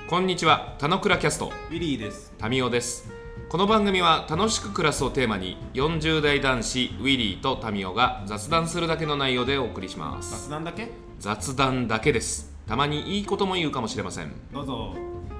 こんにちは、たのくらキャストウィリーです。 タミオです。この番組は楽しく暮らすをテーマに40代男子ウィリーとタミオが雑談するだけの内容でお送りします。 雑談だけ？ 雑談だけです。たまにいいことも言うかもしれません。 どうぞ。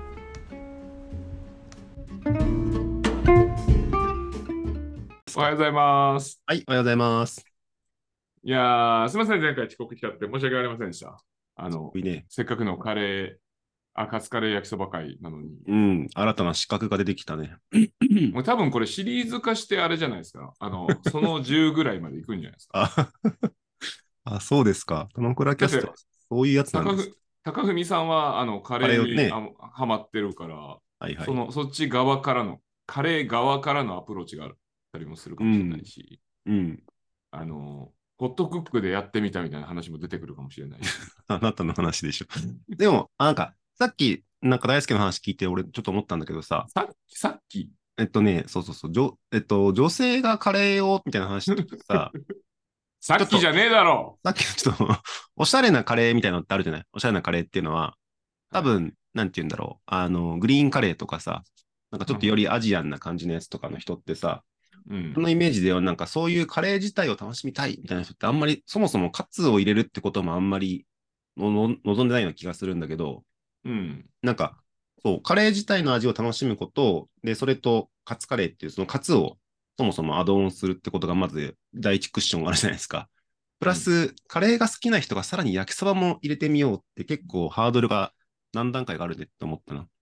おはようございます。 はい、おはようございます。 いやー、すみません、前回遅刻しちゃって申し訳ありませんでした。 いいね。 せっかくのカレー、カツカレー焼きそば会なのに。 新たな資格が出てきたね。 もう多分これシリーズ化してあれじゃないですか。その10ぐらいまでいくんじゃないですか。 そうですか。トモクラキャストはそういうやつなんです。 高文さんはカレーにカレーをね。 ハマってるから、 はいはい。 そっち側からの、カレー側からのアプローチがあったりもするかもしれないし、 うん。 ホットクックでやってみたみたいな話も出てくるかもしれないし。 あなたの話でしょ。でも、さっき、大輔の話聞いて、俺ちょっと思ったんだけどさ、 さっきそうそうそう、女性がカレーを、みたいな話ってさ、 さっきじゃねえだろさっきのちょっとおしゃれなカレーみたいなのってあるじゃない？おしゃれなカレーっていうのは、多はい分、なんて言うんだろう。グリーンカレーとかさ、ちょっとよりアジアンな感じのやつとかの人ってさ、 うん。 そのイメージではそういうカレー自体を楽しみたいみたいな人ってあんまり、そもそもカツを入れるってこともあんまり望んでないような気がするんだけど、 うん。 なんか、そう、カレー自体の味を楽しむこと、で、それとカツカレーっていうそのカツをそもそもアドオンするってことがまず第一クッションがあるじゃないですか。プうん。 ラス、カレーが好きな人がさらに焼きそばも入れてみようって結構ハードルが何段階があるねって思ったな。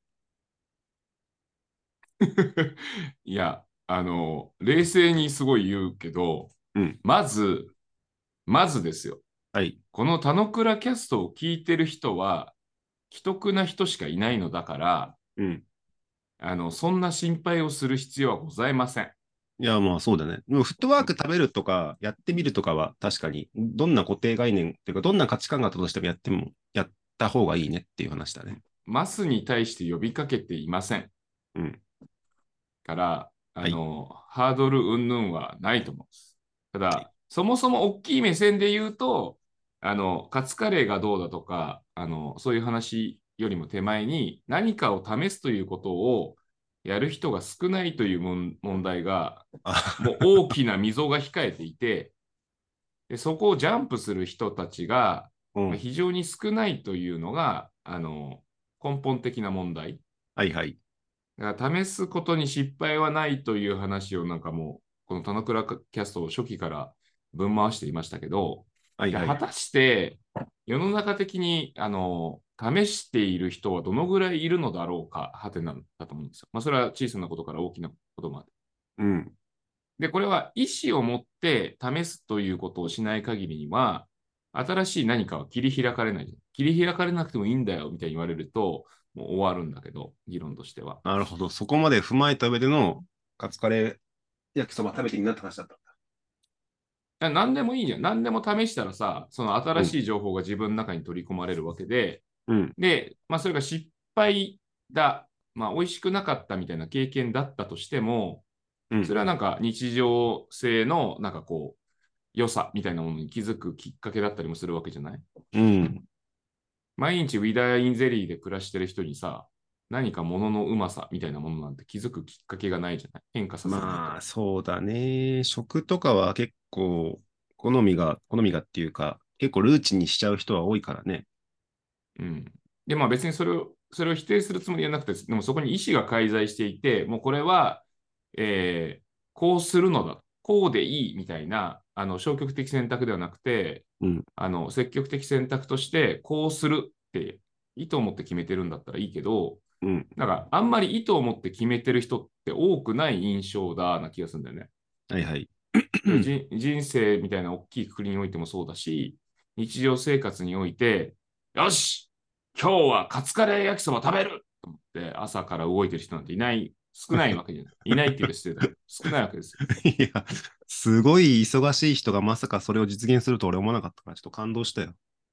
いや、冷静にすごい言うけど、 うん。 まず、まずですよ。 はい。 この田之倉キャストを聞いてる人は、既得な人しかいないのだから、 うん。 そんな心配をする必要はございません。 いや、まあそうだね。でもフットワーク食べるとか、やってみるとかは確かに、どんな固定概念っていうか、どんな価値観があったとしてもやった方がいいねっていう話だね。 マスに対して呼びかけていませんうん。 から、 はい。 ハードル云々はないと思うんです。たはい。 だ、そもそも大きい目線で言うと、カツカレーがどうだとか、そういう話よりも手前に何かを試すということをやる人が少ないという問題が、もうあ大きな溝が控えていて、でそこをジャンプする人たちが、 うん。 非常に少ないというのが、根本的な問題。 はいはい。 だから試すことに失敗はないという話をもう、この田之倉キャストを初期から分回していましたけど、 はいはい。 じゃあ果たして世の中的に試している人はどのぐらいいるのだろうか、はてなんだと思うんですよ。まあ、それは小さなことから大きなことまで。 うん。 で、これは意思を持って試すということをしない限りには、新しい何かは切り開かれない。切り開かれなくてもいいんだよみたいに言われると、もう終わるんだけど、議論としては。 なるほど。そこまで踏まえた上でのカツカレー焼きそば食べてみんなって話だったんだ。 何でもいいじゃん。何でも試したらさ、その新うん。 しい情報が自分の中に取り込まれるわけで、 うん。 で、まあ、それが失敗だ、まあ、美味しくなかったみたいな経験だったとしても、 うん。 それは日常性の良さみたいなものに気づくきっかけだったりもするわけじゃない？ うん。 毎日ウィダーインゼリーで暮らしてる人にさ、何かもののうまさみたいなものなんて気づくきっかけがないじゃない？変化させないと。 まあ、そうだね。食とかは結構、好みがっていうか、結構ルーチンにしちゃう人は多いからね。 うん。で、まあ別にそれを否定するつもりはなくて、でもそこに意思が介在していて、もうこれは、こうするのだ、こうでいいみたいな、消極的選択ではなくて、 うん。 積極的選択として、こうするって意図を持って決めてるんだったらいいけど、 うん。 あんまり意図を持って決めてる人って多くない印象だな気がするんだよね。 はいはい。 それ人生みたいな大きい国においてもそうだし、日常生活において、よし今日はカツカレー焼きそば食べると思って朝から動いてる人なんていない、少ないわけじゃない。いないっていうか失礼だけど、少ないわけですよ。 いや、すごい忙しい人がまさかそれを実現すると俺思わなかったから、ちょっと感動したよ。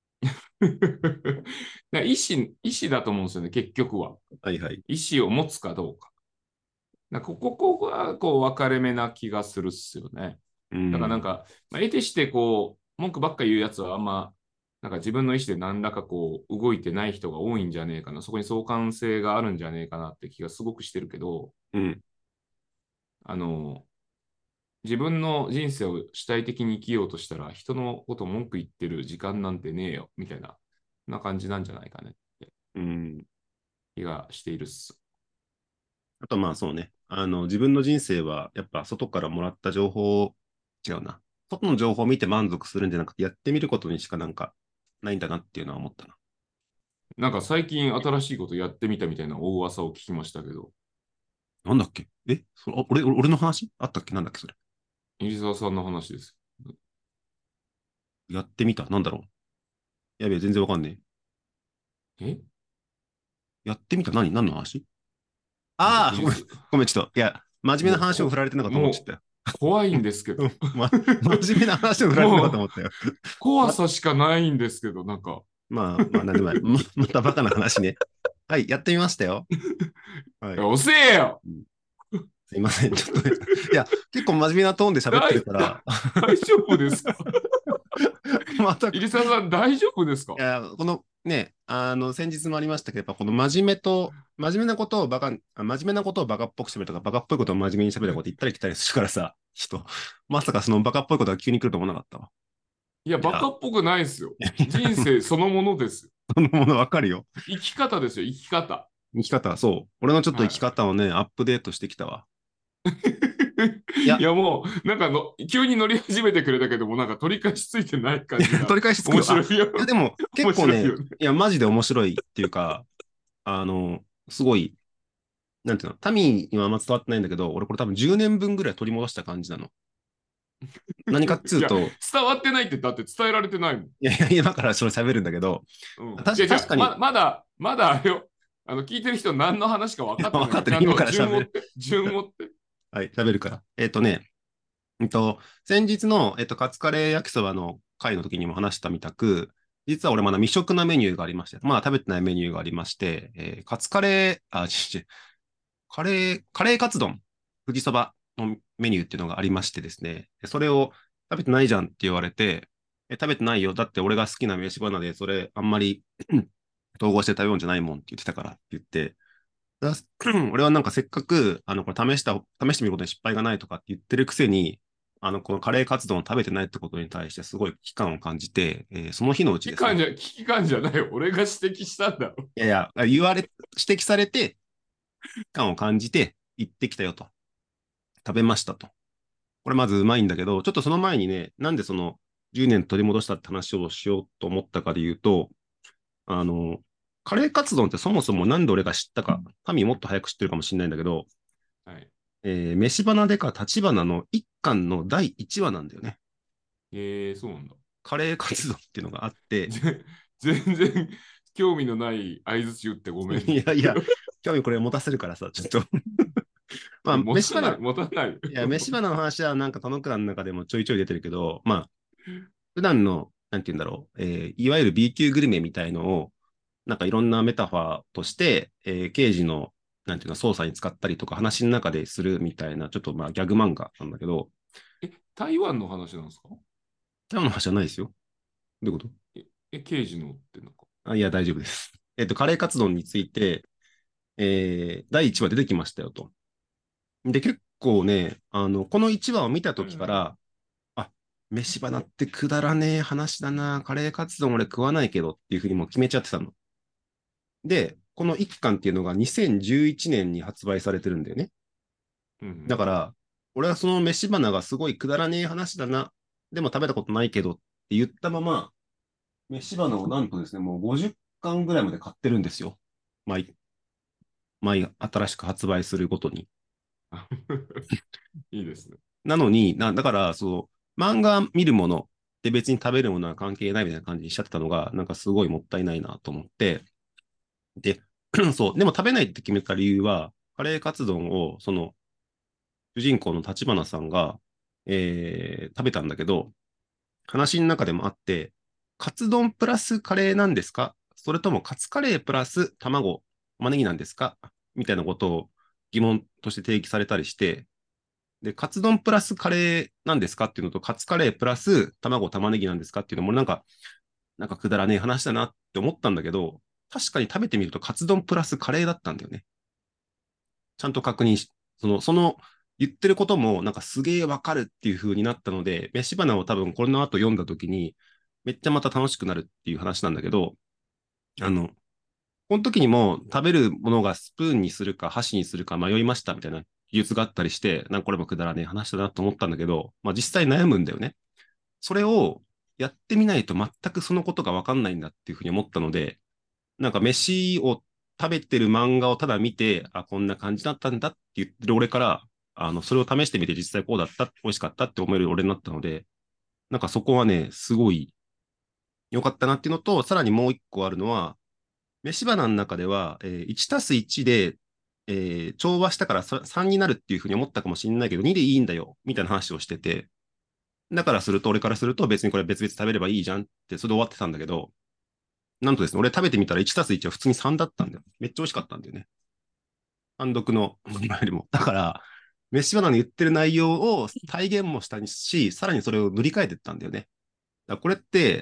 意思だと思うんですよね、結局は。 はいはい。 意思を持つかどうか。ここは分かれ目な気がするっすよね。 うん。 だからまあ、得てして文句ばっか言うやつはあんま、 なんか自分の意思で何らかこう動いてない人が多いんじゃねえかな、そこに相関性があるんじゃねえかなって気がすごくしてるけど、 うん。 あの、自分の人生を主体的に生きようとしたら、人のことを文句言ってる時間なんてねえよ、みたいな、な感じなんじゃないかねってうん。 気がしているっす。 あとまあそうね。自分の人生はやっぱ外からもらった情報を、違うな。外の情報を見て満足するんじゃなくて、やってみることにしかなんかないんだなっていうのは思ったな。 なんか最近新しいことやってみたみたいな大噂を聞きましたけど、 なんだっけ俺の話あったっけなんだっけそれ。 入澤さんの話です。 やってみたなんだろうやべえ、全然わかんねええ。やってみた何の話なんかああー、ごめん、 入澤、 ごめん、ちょっと、いや、真面目な話を振もうられてなかと思っちゃっもうたよ。 怖いんですけど。 真面目な話を振られてなかともう思ったよ。ま、 怖さしかないんですけど、なんか、 なんでもない。またバカな話ね。はい、やってみましたよ。はい。 遅えよ。 うんすいません。ちょっとね、いや、結構真面目なトーンで喋ってる大、 から、 大丈夫ですか？ また、い入澤さん大丈夫ですか？ や、このね、先日もありましたけど、やっぱこの真面目なことを真面目なことをバカっぽく喋るとか、バカっぽいことを真面目に喋ること言ったり来たりするからさ、ちょっと、まさかそのバカっぽいことが急に来ると思わなかったわ。 いや、 いや、 バカっぽくないですよ。人生そのものですよ。 そのものわかるよ。 生き方ですよ、生き方。 生き方、そう。俺のちょっと生きは方をね、アップデートしてきたわ。いい。いや、 や、もう、なんか急に乗り始めてくれたけども、なんか取り返しついてない感じが取り返しつくよ。 面白いよ。 いやでも面結構ね、 白いよね。 いや、マジで面白いっていうか、すごい、なんていうの、タミにはあんま伝わってないんだけど、俺これ多分10年分ぐらい取り戻した感じなの。何かっついや、 うと、 伝わってないってだって伝えられてないもん。 いやいや、今からそれ喋るんだけど、 うん。いや、じゃあ、 確かに、 まだあれよ。聞いてる人何の話か分かってないから、 分かってる。 ちゃん今とから喋る。 順を追って。 はい、喋るから。先日の、カツカレー焼きそばの回の時にも話したみたく、実は俺まだ未食なメニューがありまして、まだ食べてないメニューがありまして、カツカレー、カレーカツ丼、富士そばのメニューっていうのがありましてですね、それを食べてないじゃんって言われて、食べてないよ。だって俺が好きな飯花で、それあんまり統合して食べようんじゃないもんって言ってたからって言って、だ俺はなんかせっかく、これ試してみることに失敗がないとかって言ってるくせに、このカレーカツ丼を食べてないってことに対してすごい危機感を感じて、その日のうちですね。 危機感じゃないよ。俺が指摘したんだろ。 いやいや、指摘されて、危機感を感じて行ってきたよと。食べましたと。これまずうまいんだけど、ちょっとその前にね、なんでその10年取り戻したって話をしようと思ったかで言うと、あの、カレーカツ丼ってそもそもなんで俺が知ったか、民もっと早く知ってるかもしれないんだけど、 はい。 飯花でか立花の一巻の第1話なんだよね。 そうなんだ。 カレーカツ丼っていうのがあって、 全然興味のない相槌打ってごめんいやいや、 だけど。 興味これ持たせるからさ、ちょっとまあ、 持たない、持たない。 いや、飯花の話はなんか、田之倉の中でもちょいちょい出てるけど、まあ、普段の、なんて言うんだろう、いわゆる B 級グルメみたいのを、なんかいろんなメタファーとして、刑事の、なんていうの、捜査に使ったりとか、話の中でするみたいな、ちょっとまあ、ギャグ漫画なんだけど、 台湾の話なんですか？ 今日の話じゃないですよ。どういうこと刑事のってなんか。 いや、大丈夫です。カレーカツ丼について、第1話出てきましたよと。で、結構ね、この1話を見たときから、あ、飯花ってくだらねえ話だな、カレーカツ丼俺食わないけどっていうふうにもう決めちゃってたの。で、この1巻っていうのが2011年に発売されてるんだよね。 うん。 だから、俺はその飯花がすごいくだらねえ話だな、でも食べたことないけどって言ったまま、飯花をなんとですね、もう50巻ぐらいまで買ってるんですよ。毎、毎新しく発売するごとに。 いいですね。 なのに、だから、漫画見るもので別に食べるものは関係ないみたいな感じにしちゃってたのが、なんかすごいもったいないなと思って、で、そう、でも食べないって決めた理由は、カレーカツ丼を、主人公の立花さんが、食べたんだけど、話の中でもあって、カツ丼プラスカレーなんですかそれともカツカレープラス卵、玉ねぎなんですかみたいなことを疑問として提起されたりして、で、カツ丼プラスカレーなんですかっていうのと、カツカレープラス卵、玉ねぎなんですかっていうのも、なんか、 なんかくだらねえ話だなって思ったんだけど、確かに食べてみるとカツ丼プラスカレーだったんだよね。ちゃんと確認し、その言ってることもなんかすげえわかるっていう風になったので、飯花を多分これの後読んだ時に、めっちゃまた楽しくなるっていう話なんだけど、あの、この時にも食べるものがスプーンにするか箸にするか迷いましたみたいな記述があったりして、なんかこれもくだらねえ話だなと思ったんだけど、まあ実際悩むんだよね。それをやってみないと全くそのことがわかんないんだっていうふうに思ったので、なんか飯を食べてる漫画をただ見て、あ、こんな感じだったんだって言ってる俺から、それを試してみて実際こうだった、美味しかったって思える俺になったので、なんかそこはね、すごい良かったなっていうのと、さらにもう一個あるのは、飯花の中では、1たす1で、調和したから3になるっていうふうに思ったかもしれないけど、2でいいんだよ、みたいな話をしてて、だからすると、俺からすると別にこれ別々食べればいいじゃんって、それで終わってたんだけど、なんとですね、俺食べてみたら1たす1は普通に3だったんだよ。めっちゃ美味しかったんだよね。単独のものよりも。だから、飯花の言ってる内容を体現もしたし、さらにそれを塗り替えていったんだよね。だからこれって、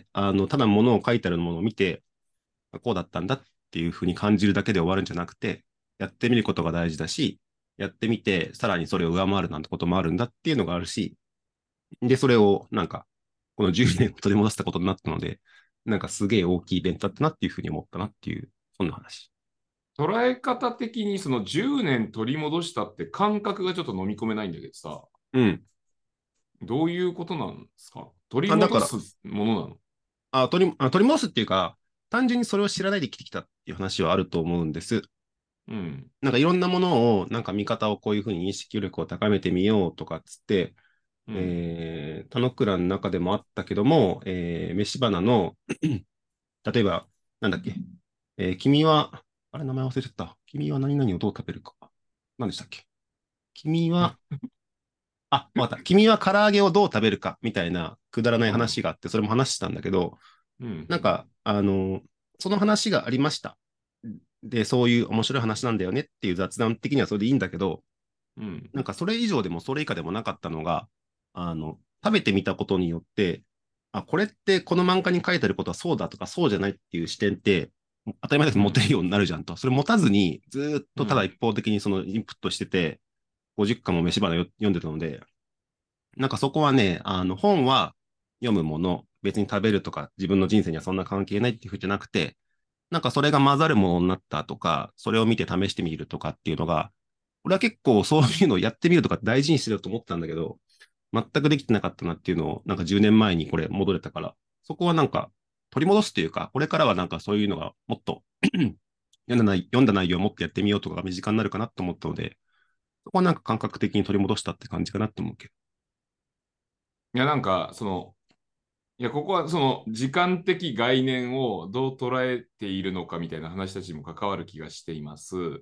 ただ物を書いてあるものを見て、こうだったんだっていうふうに感じるだけで終わるんじゃなくて、やってみることが大事だし、やってみて、さらにそれを上回るなんてこともあるんだっていうのがあるし、で、それをなんか、この10年取り戻したことになったので、なんかすげえ大きいイベントだったなっていうふうに思ったなっていう、そんな話。 捉え方的にその10年取り戻したって感覚がちょっと飲み込めないんだけどさ、 うん。 どういうことなんですか？取りだから、 戻すものなの？ 取り戻すっていうか、単純にそれを知らないで生きてきたっていう話はあると思うんです。 うん。 なんかいろんなものを、なんか見方をこういうふうに認識力を高めてみようとかっつって、 うん。 田之倉の中でもあったけども、飯花の、例えば、なんだっけ、君は、あれ、名前忘れちゃった。君は何々をどう食べるか。何でしたっけ。君は、わかった。君は唐揚げをどう食べるか、みたいなくだらないうん。 話があって、それも話したんだけど、 うん。 なんか、その話がありました。で、そういう面白い話なんだよねっていう雑談的にはそれでいいんだけど、 うん。 なんかそれ以上でもそれ以下でもなかったのが、食べてみたことによって、あ、これってこの漫画に書いてあることはそうだとかそうじゃないっていう視点って、当たり前だけど持てるようになるじゃんと。それ持たずに、ずーっとただうん。 一方的にそのインプットしてて、50巻も飯花読んでたので、なんかそこはね、本は読むもの、別に食べるとか自分の人生にはそんな関係ないっていうふうじゃなくて、なんかそれが混ざるものになったとか、それを見て試してみるとかっていうのが、俺は結構そういうのをやってみるとか大事にしてると思ってたんだけど、全くできてなかったなっていうのを、なんか10年前にこれ戻れたから、そこはなんか取り戻すというか、これからはなんかそういうのがもっと読んだ内容をもっとやってみようとかが身近になるかなと思ったので、そこはなんか感覚的に取り戻したって感じかなと思うけど。 いや、なんか、いや、ここはその時間的概念をどう捉えているのかみたいな話たちにも関わる気がしています。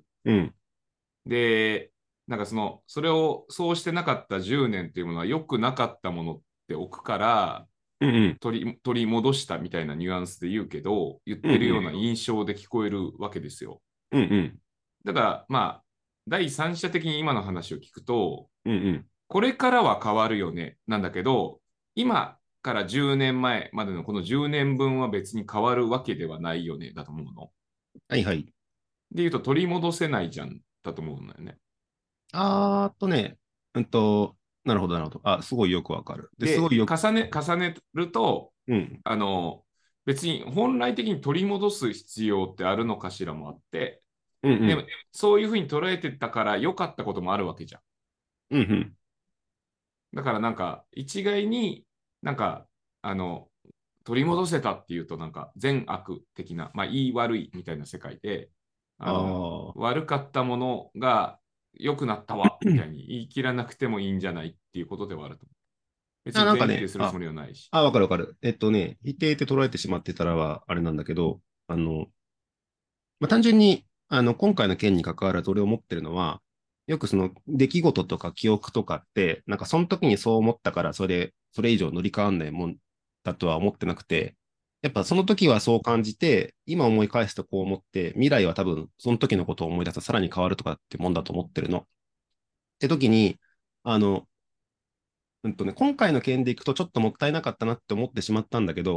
うん。 で、なんかそれをそうしてなかった10年っていうものは良くなかったものって置くからうんうん。 取り戻したみたいなニュアンスで言うけど、言っうんうてるようなん。 印象で聞こえるわけですよ。 うんうん。 ただ、まあ、第三者的に今の話を聞くと、 うんうん。 これからは変わるよね、なんだけど、今から10年前までのこの10年分は別に変わるわけではないよね、だと思うの。 はいはい。 で言うと取り戻せないじゃん、だと思うんだよね。 ね、うんと、なるほどなるほど。あ、すごいよくわかる。で、すごで、 いよく、 重ねると、 うん。 あの、別に本来的に取り戻す必要ってあるのかしらもあって、でも、 うんうん。 そういうふうに捉えてたから良かったこともあるわけじゃん。 うんうん。 だからなんか、一概になんか、あの、取り戻せたっていうとなんか善悪的な、まあ、いい悪いみたいな世界で、 ああ。 悪かったものが良くなったわみたいに言い切らなくてもいいんじゃないっていうことではあると思う。別になんかね、 全否定するつもりはないし。 わかるわかる。否定って捉えてしまってたらは、あれなんだけど、単純に、今回の件に関わらず俺思ってるのは、よくその出来事とか記憶とかって、なんかその時にそう思ったから、それ以上乗り換わんないもんだとは思ってなくて、やっぱその時はそう感じて、今思い返すとこう思って、未来は多分その時のことを思い出すとさらに変わるとかってもんだと思ってるの。って時に、あの、今回の件でいくとちょっともったいなかったなって思ってしまったんだけど、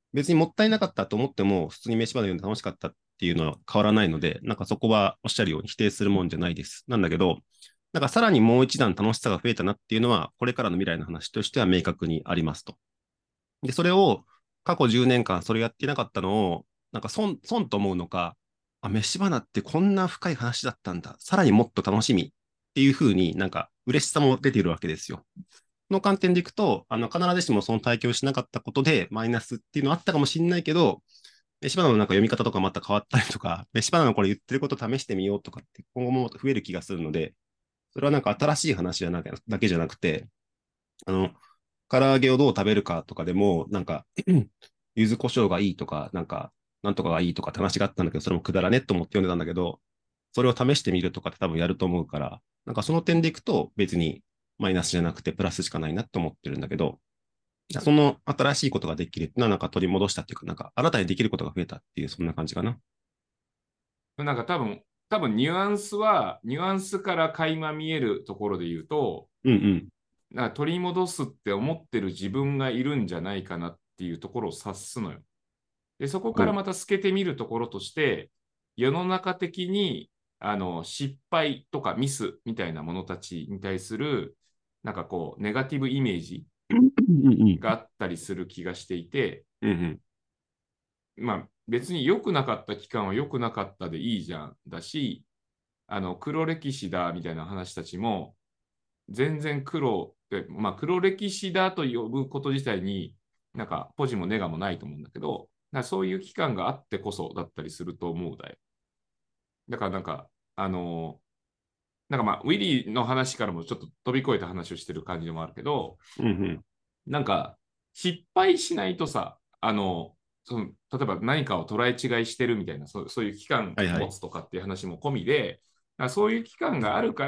別にもったいなかったと思っても、普通に飯場で読んで楽しかったっていうのは変わらないので、なんかそこはおっしゃるように否定するもんじゃないです。なんだけど、なんかさらにもう一段楽しさが増えたなっていうのは、これからの未来の話としては明確にありますと。で、それを過去10年間それやってなかったのを、なんか損と思うのか、あ、飯花ってこんな深い話だったんだ。さらにもっと楽しみっていうふうになんか嬉しさも出ているわけですよ。の観点でいくと、必ずしもその体験をしなかったことでマイナスっていうのはあったかもしれないけど、飯花のなんか読み方とかまた変わったりとか、飯花のこれ言ってること試してみようとかって今後も増える気がするので、それはなんか新しい話じゃなくだけじゃなくて、あの、唐揚げをどう食べるかとかでも、なんか柚子胡椒がいいとか、なんか、なんとかがいいとかって話があったんだけど、それもくだらねと思って読んでたんだけど、それを試してみるとかって多分やると思うから、なんかその点でいくと別にマイナスじゃなくてプラスしかないなと思ってるんだけど、その新しいことができるっていうのはなんか取り戻したっていうか、なんか新たにできることが増えたっていう、そんな感じかな。 なんか多分ニュアンスから垣間見えるところで言うと、 うんうん。 なんか取り戻すって思ってる自分がいるんじゃないかなっていうところを察すのよ。で、そこからおまた透けてみるところとして、世の中的に失敗とかミスみたいなものたちに対する、なんかこう、ネガティブイメージうんうんがあったりする気がしていて、 うんうんまあ別に良くなかった期間は良くなかったでいいじゃんだし、黒歴史だみたいな話たちも、全然黒で、まあ黒歴史だと呼ぶこと自体に、なんかポジもネガもないと思うんだけど、そういう期間があってこそだったりすると思うだよ。だからなんか、なんかまあ、ウィリーの話からもちょっと飛び越えた話をしてる感じでもあるけど、 うんうんなんか、失敗しないとさ、例えば何かを捉え違いしてるみたいな、そういう期間はいはい。 持つとかっていう話も込みで、そういう期間があるから、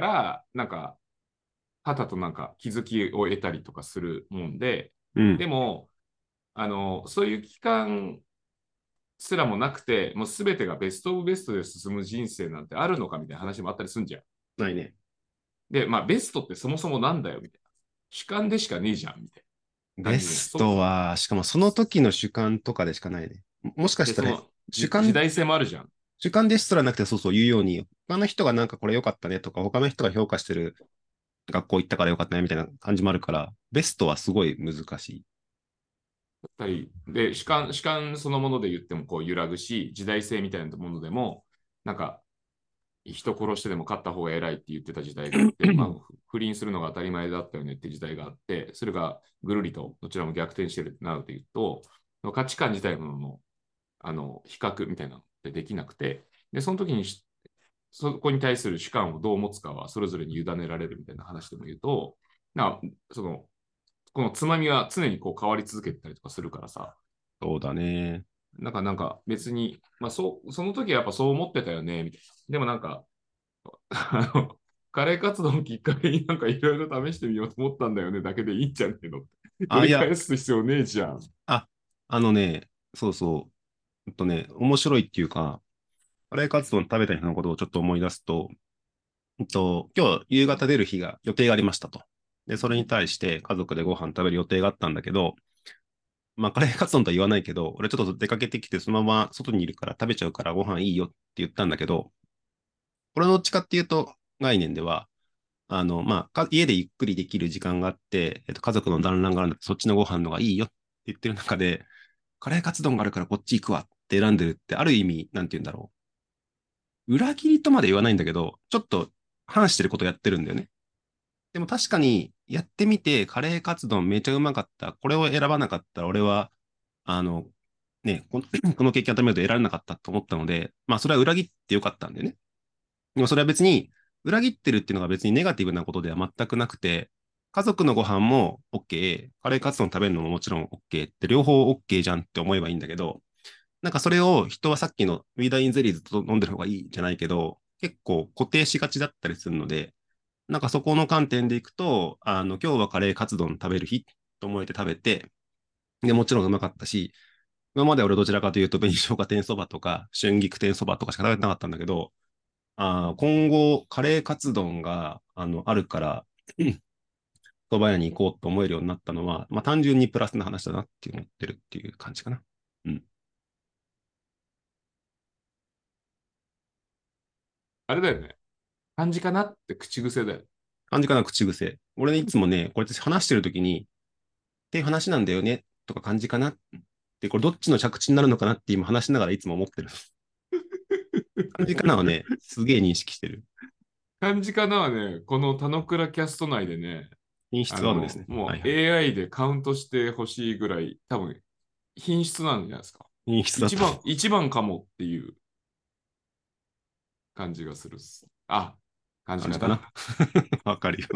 なんか、はたとなんか気づきを得たりとかするもんで、 うん。 でも、そういう期間すらもなくて、もうすべてがベストオブベストで進む人生なんてあるのかみたいな話もあったりするんじゃん。 ないね。 で、まあ、ベストってそもそもなんだよみたいな。主観でしかねえじゃんみたいな感じで、 ベストは、しかもその時の主観とかでしかないね。もしかで、 したら、 その主観、 時代性もあるじゃん。 主観ですらなくて、そうそう言うように、他の人がなんかこれ良かったねとか、他の人が評価してる学校行ったから良かったねみたいな感じもあるから、ベストはすごい難しい。 だったり、で、主観そのもので言ってもこう揺らぐし、時代性みたいなものでも、なんか、人殺してでも勝った方が偉いって言ってた時代があって、まあ、不倫するのが当たり前だったよねって時代があって、それがぐるりとどちらも逆転してるなるというと、価値観自体の比較みたいなのってできなくて、で、その時にそこに対する主観をどう持つかはそれぞれに委ねられるみたいな話でも言うと、その、このつまみは常にこう変わり続けてたりとかするからさ、 そうだね。 なんか別に、まあその時はやっぱそう思ってたよね、みたいな。でもなんか、あの、カレー活動をきっかけになんかいろいろ試してみようと思ったんだよね、だけでいいんじゃねえのって。繰あ、いりや、 返す必要ねえじゃん。 あ、そうそう。面白いっていうか、カレーカツ丼食べた日のことをちょっと思い出すと、今日夕方出る日が予定がありましたと。で、それに対して家族でご飯食べる予定があったんだけど、まあ、カレーカツ丼とは言わないけど、俺ちょっと出かけてきて、そのまま外にいるから食べちゃうからご飯いいよって言ったんだけど、これのどっちかっていうと、概念では、まあ、家でゆっくりできる時間があって、家族の団らんがあるんだって、そっちのご飯のがいいよって言ってる中で、カレーカツ丼があるからこっち行くわって選んでるって、ある意味、なんて言うんだろう。裏切りとまで言わないんだけど、ちょっと反してることやってるんだよね。でも確かに、やってみて、カレーカツ丼めちゃうまかった。これを選ばなかったら、俺は、あの、この経験をためると得られなかったと思ったので、まあ、それは裏切ってよかったんだよね。でもそれは別に、裏切ってるっていうのが別にネガティブなことでは全くなくて、家族のご飯も OK、カレーカツ丼食べるのももちろん OK って両方 OK じゃんって思えばいいんだけど、なんかそれを人はさっきのウィダーインゼリーずっと飲んでる方がいいじゃないけど、結構固定しがちだったりするので、なんかそこの観点でいくと、今日はカレーカツ丼食べる日と思えて食べて、で、もちろんうまかったし、今まで俺どちらかというと紅生姜天そばとか春菊天そばとかしか食べてなかったんだけど、今後カレーカツ丼があるから、蕎麦屋に行こうと思えるようになったのは、まあ単純にプラスな話だなって思ってるっていう感じかな。 うん。 あれだよね。感じかなって口癖だよ。 感じかな、口癖。俺ね、いつもね、これ話してるときに、っていう話なんだよね、とか感じかなって、これどっちの着地になるのかなって今話しながらいつも思ってる。感じかなはね、すげえ認識してる。 感じかなはね、この田之倉キャスト内でね、 品質があるんですね。はもういはい。 AI でカウントしてほしいぐらい、多分品質なんじゃないですか。 品質だと。 一番かもっていう感じがするっす。あ、感じ感じかな。 かな。 わかるよ。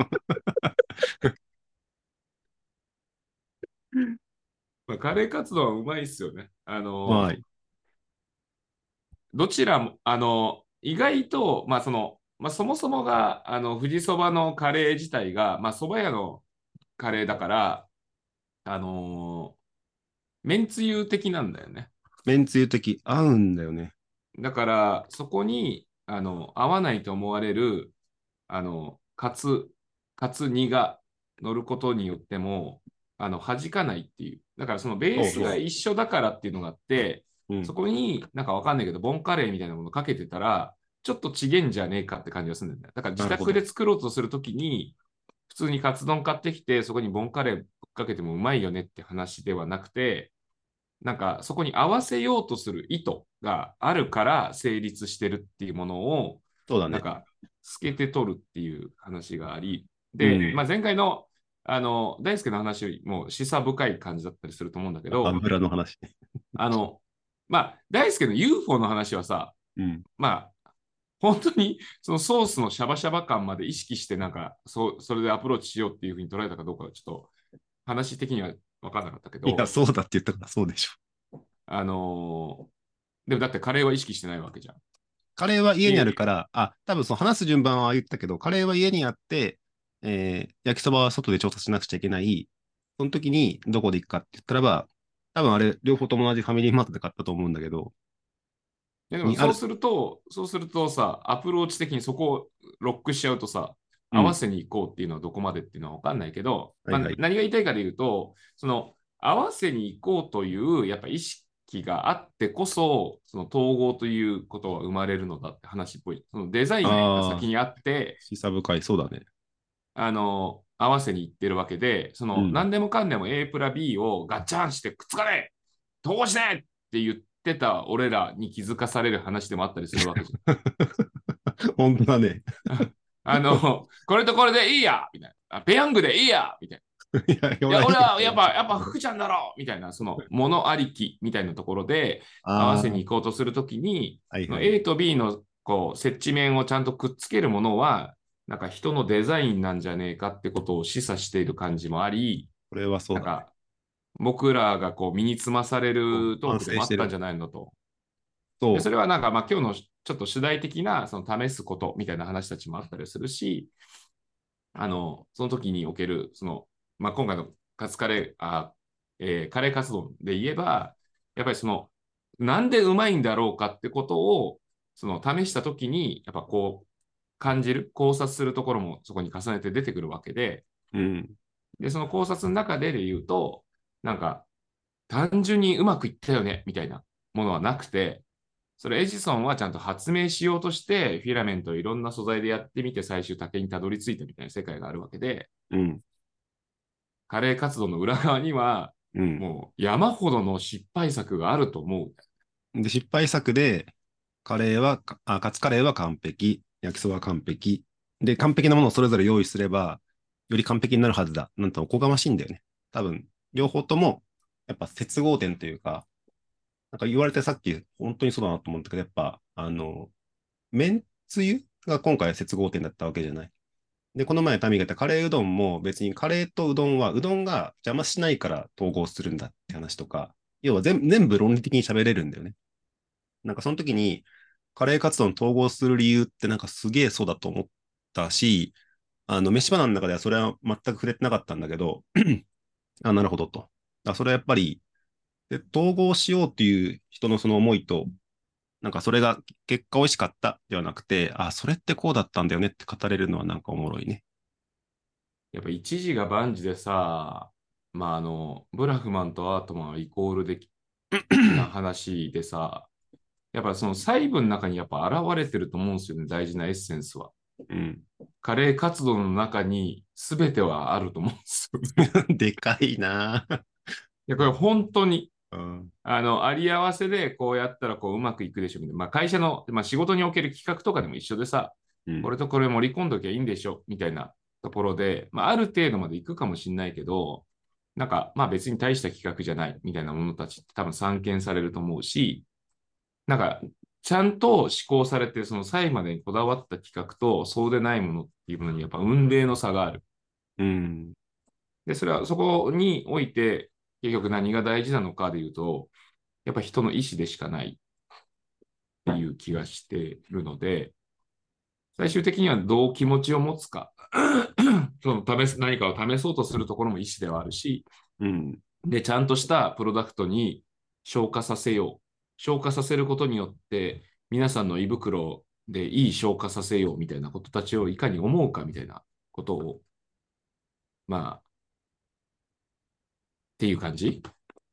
まあ、カレー活動はうまいっすよね。 はい。 どちらも、意外と、そもそもが、富士そばのカレー自体が、まあ、そば屋のカレーだから、あのめんつゆ的なんだよね。 めんつゆ的、合うんだよね。 だから、そこに、合わないと思われる、あの、カツ、カツ煮が乗ることによっても、弾かないっていう。だから、そのベースがそうそ一緒だからっていうのがあって、 う。うん。 そこになんかわかんないけど、ボンカレーみたいなものかけてたら、ちょっとちげんじゃねえかって感じがするんだよね。だから自なるほど。 宅で作ろうとするときに、普通にカツ丼買ってきて、そこにボンカレーぶっかけてもうまいよねって話ではなくて、なんかそこに合わせようとする意図があるから成立してるっていうものを、 そうだね。 なんか透けて取るっていう話があり、で、 うん。 まあ、前回の大輔の話よりも示唆深い感じだったりすると思うんだけど、 油の話ね。 あの、まあ、大輔の UFO の話はさ、 うん。 まあ、本当にそのソースのシャバシャバ感まで意識してなんかそれでアプローチしようっていうふうに捉えたかどうかはちょっと話的には分からなかったけいや、 ど、 そうだって言ったからそうでしょ。 あのでもだってカレーは意識してないわけじゃん。 カレーは家にあるで、 から、多分その話す順番は言ったけど、カレーは家にあって、焼きそばは外で調査しなくちゃいけない。その時にどこで行くかって言ったらば、多分あれ、両方とも同じファミリーマートで買ったと思うんだけど、 でもにある。 そうするとさ、アプローチ的にそこをロックしちゃうとさ、 うん。 合わせに行こうっていうのはどこまでっていうのは分かんないけど、まあ、 はいはい。 何が言いたいかで言うと、その合わせに行こうというやっぱ意識があってこそ、その統合ということは生まれるのだって話っぽい。そのデザインがああ、 先にあって、 示唆深い。そうだね。 合わせに行ってるわけで、そのうん。 何でもかんでも A プラ B をガッチャンしてくっつかねえ統合しねって言ってた俺らに気づかされる話でもあったりするわけじ本当だね。 ゃん。これとこれでいいやみたいな。ペヤングでいいやみたいな。 いや、 いや、 俺はいいよ。 俺はやっぱ福ちゃんだろみたいな、そのものありきみたいなところで合わせにああ、 行こうとするときに、 はいはい。 A と B のこう接地面をちゃんとくっつけるものは、なんか人のデザインなんじゃねえかってことを示唆している感じもあり、 これはそうだね。 なんか僕らがこう身につまされそうるトー反クでもあったんじ省してる。 ゃないのと。で、 そそれはなんかまあ今日のちょっと主題的なその試すことみたいな話たちもあったりするし、その時における、まあ、今回のカツカレー、カレー活動で言えば、やっぱりなんでうまいんだろうかってことを、試した時に、やっぱこう、感じる、考察するところもそこに重ねて出てくるわけで、 う。うん。 で、その考察の中で言うと、なんか、単純にうまくいったよね、みたいなものはなくて、それエジソンはちゃんと発明しようとして、フィラメントをいろんな素材でやってみて、最終竹にたどり着いたみたいな世界があるわけで、 うん。 カレー活動の裏側には、 うん。 もう山ほどの失敗作があると思う。 で、失敗作で、カツカレーは完璧、焼きそばは完璧。で、完璧なものをそれぞれ用意すれば、より完璧になるはずだ。なんとおこがましいんだよね。多分、両方とも、やっぱ接合点というか、なんか言われてさっき、本当にそうだなと思ったけど、やっぱ、めんつゆが今回接合点だったわけじゃない。で、この前、タミが言ったカレーうどんも別にカレーとうどんは、うどんが邪魔しないから統合するんだって話とか、要は全部論理的に喋れるんだよね。なんかその時に、カレーカツ丼統合する理由ってなんかすげえそうだと思ったし、飯場の中ではそれは全く触れてなかったんだけど、なるほどと。それはやっぱり、統合しようっていう人のその思いと、なんかそれが結果美味しかったではなくて、それってこうだったんだよねって語れるのはなんかおもろいね。 やっぱ一時が万事でさ、まあブラフマンとアートマンはイコールでな話でさ、やっぱその細部の中にやっぱ現れてると思うんですよね、大事なエッセンスは。 うん。 カレー活動の中に全てはあると思うんですよね。 でかいな。 いや、これ本当に、 うん。 あり合わせでこうやったらこううまくいくでしょみたいな。まあ会社の、まあ仕事における企画とかでも一緒でさ、 うん。 これとこれ盛り込んどきゃいいんでしょみたいなところで、まあある程度までいくかもしれないけど、なんかまあ別に大した企画じゃないみたいなものたちって多分散見されると思うし、なんかちゃんと施行されて、その際までにこだわった企画とそうでないものっていうものにやっぱ運命の差がある。 うん。 で、それはそこにおいて結局何が大事なのかでいうと、やっぱ人の意思でしかないっていう気がしているので、最終的にはどう気持ちを持つか、その何かを試そうとするところも意思ではあるし、 うん。 で、ちゃんとしたプロダクトに消化させよう。消化させることによって、皆さんの胃袋でいい消化させようみたいなことたちをいかに思うかみたいなことを、まあ、っていう感じ。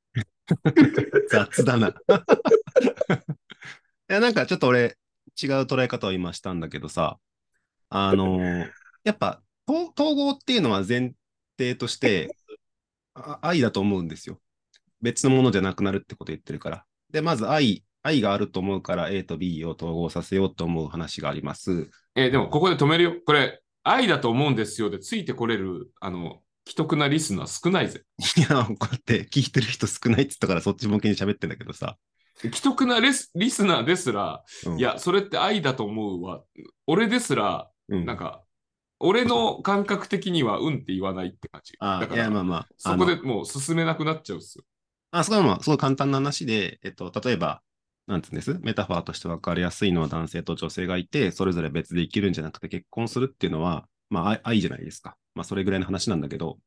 雑だな。いや、なんかちょっと俺、違う捉え方を今したんだけどさ、やっぱ、統合っていうのは前提として、愛だと思うんですよ。別のものじゃなくなるってこと言ってるから。で、まず愛があると思うから A と B を統合させようと思う話があります。 でもここで止めるよ。これ、愛だと思うんですよでついてこれる、既得なリスナー少ないぜ。 いや、こうやって聞いてる人少ないって言ったからそっち向けに喋ってんだけどさ。 既得なリスナーですら、 うん。 いや、それって愛だと思うわ。俺ですら、 うん。 なんか、俺の感覚的にはうんって言わないって感じ。 いや、まだから、 あまあ、 そこでもう進めなくなっちゃうっすよ。 それはまあ、すごい簡単な話で、例えば、なんつうんですメタファーとして分かりやすいのは男性と女性がいて、それぞれ別で生きるんじゃなくて結婚するっていうのは、まあ、愛じゃないですか。まあ、それぐらいの話なんだけど、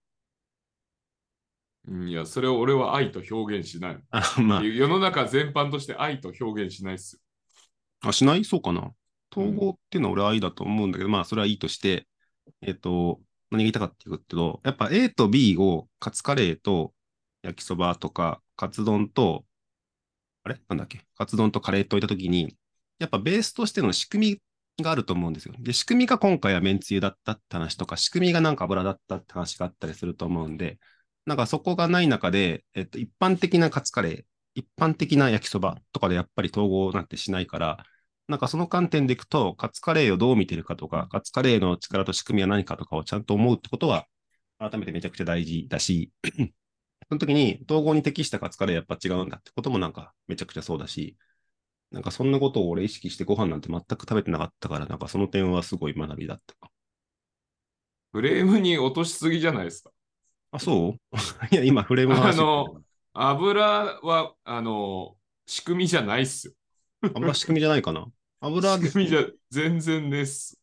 いや、それを俺は愛と表現しない。 ま世の中全般として愛と表現しないっすよ。 しないそうかな。統合うん。 っていうのは俺は愛だと思うんだけど、まあ、それはいいとして、何が言いたかっていうと、やっぱ A と B をカツカレーと焼きそばとか、カツ丼とあれなんだっけカツ丼とカレーといったときに、やっぱベースとしての仕組みがあると思うんですよ。で、仕組みが今回はめんつゆだったって話とか、仕組みがなんか油だったって話があったりすると思うんで、なんかそこがない中で、一般的なカツカレー、一般的な焼きそばとかでやっぱり統合なんてしないから、なんかその観点でいくと、カツカレーをどう見てるかとか、カツカレーの力と仕組みは何かとかをちゃんと思うってことは、改めてめちゃくちゃ大事だし、その時に統合に適したカツカレーやっぱ違うんだってこともなんかめちゃくちゃそうだし、なんかそんなことを俺意識してご飯なんて全く食べてなかったから、なんかその点はすごい学びだった。 フレームに落としすぎじゃないですか。 あ、そういや、今フレームのあ話をしてるかの、 ら。 油は、仕組みじゃないっすよ。 油仕組みじゃないかな。油、 仕組みじゃ全然ねっす。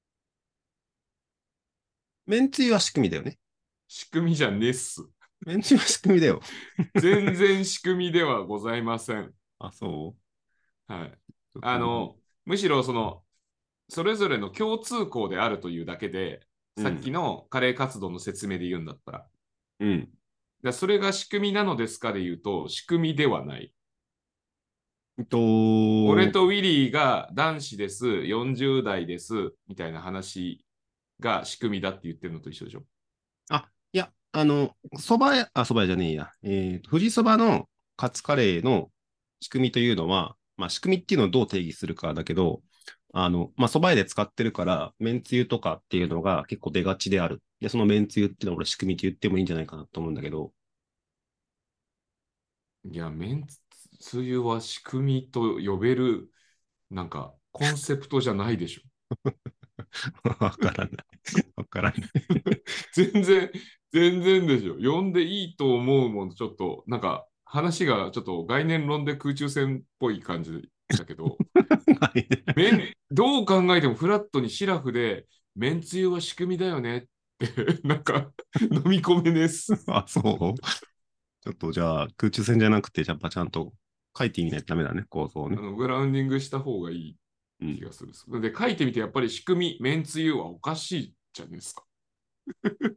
めんつゆは仕組みだよね。 仕組みじゃねっす。 めんつゆは仕組みだよ。 全然仕組みではございません。 あ、そうはい。 ちょっとごめん。 むしろそれぞれの共通項であるというだけで、さっきうん。 のカレー活動の説明で言うんだったら、 うん。 それが仕組みなのですかで言うと、仕組みではない。 えっと、 俺とウィリーが男子です、40代です、みたいな話が仕組みだって言ってるのと一緒でしょ。 いや、蕎麦屋じゃねえや。富士蕎麦のカツカレーの仕組みというのは、まあ仕組みっていうのをどう定義するかだけど、まあ蕎麦屋で使ってるから、めんつゆとかっていうのが結構出がちである。で、そのめんつゆっていうのは俺仕組みって言ってもいいんじゃないかなと思うんだけど、 いや、めんつゆは仕組みと呼べる、なんか、コンセプトじゃないでしょ。 わからない。わからない。 全然、全然でしょ。呼んでいいと思うもん、ちょっと、なんか、話がちょっと概念論で空中戦っぽい感じだけど、どう考えてもフラットにシラフで、めんつゆは仕組みだよねって、なんか、飲み込めです。 あ、そうちょっとじゃあ空中戦じゃなくて、やっぱちゃんと書いてみないとダメだね、構造をね。 グラウンディングした方がいいうん。 気がする。で、書いてみて、やっぱり仕組み、めんつゆはおかしいじゃないですか。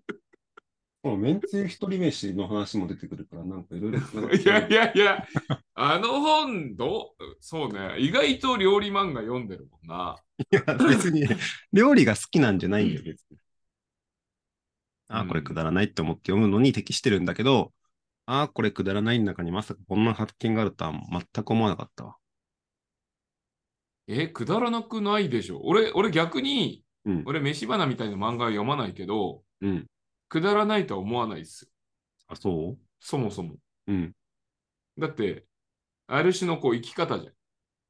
このめんつゆ一人飯の話も出てくるから、なんかいろいろ繋がっいやいちゃう。 やいや、 あの本、そうね。意外と料理漫画読んでるもんな。 いや、別に料理が好きなんじゃないんだよ、別に。ああ、これくうん。 だらないって思って読むのに適してるんだけど、ああ、これくだらないん中にまさかこんな発見があるとは全く思わなかったわ。 くだらなくないでしょ。俺逆に、 うん、 俺飯花みたいな漫画は読まないけど、 うん。 くだらないとは思わないですよ。 あ、そそもそも。 ううん。 だって、ある種のこう生き方じゃん。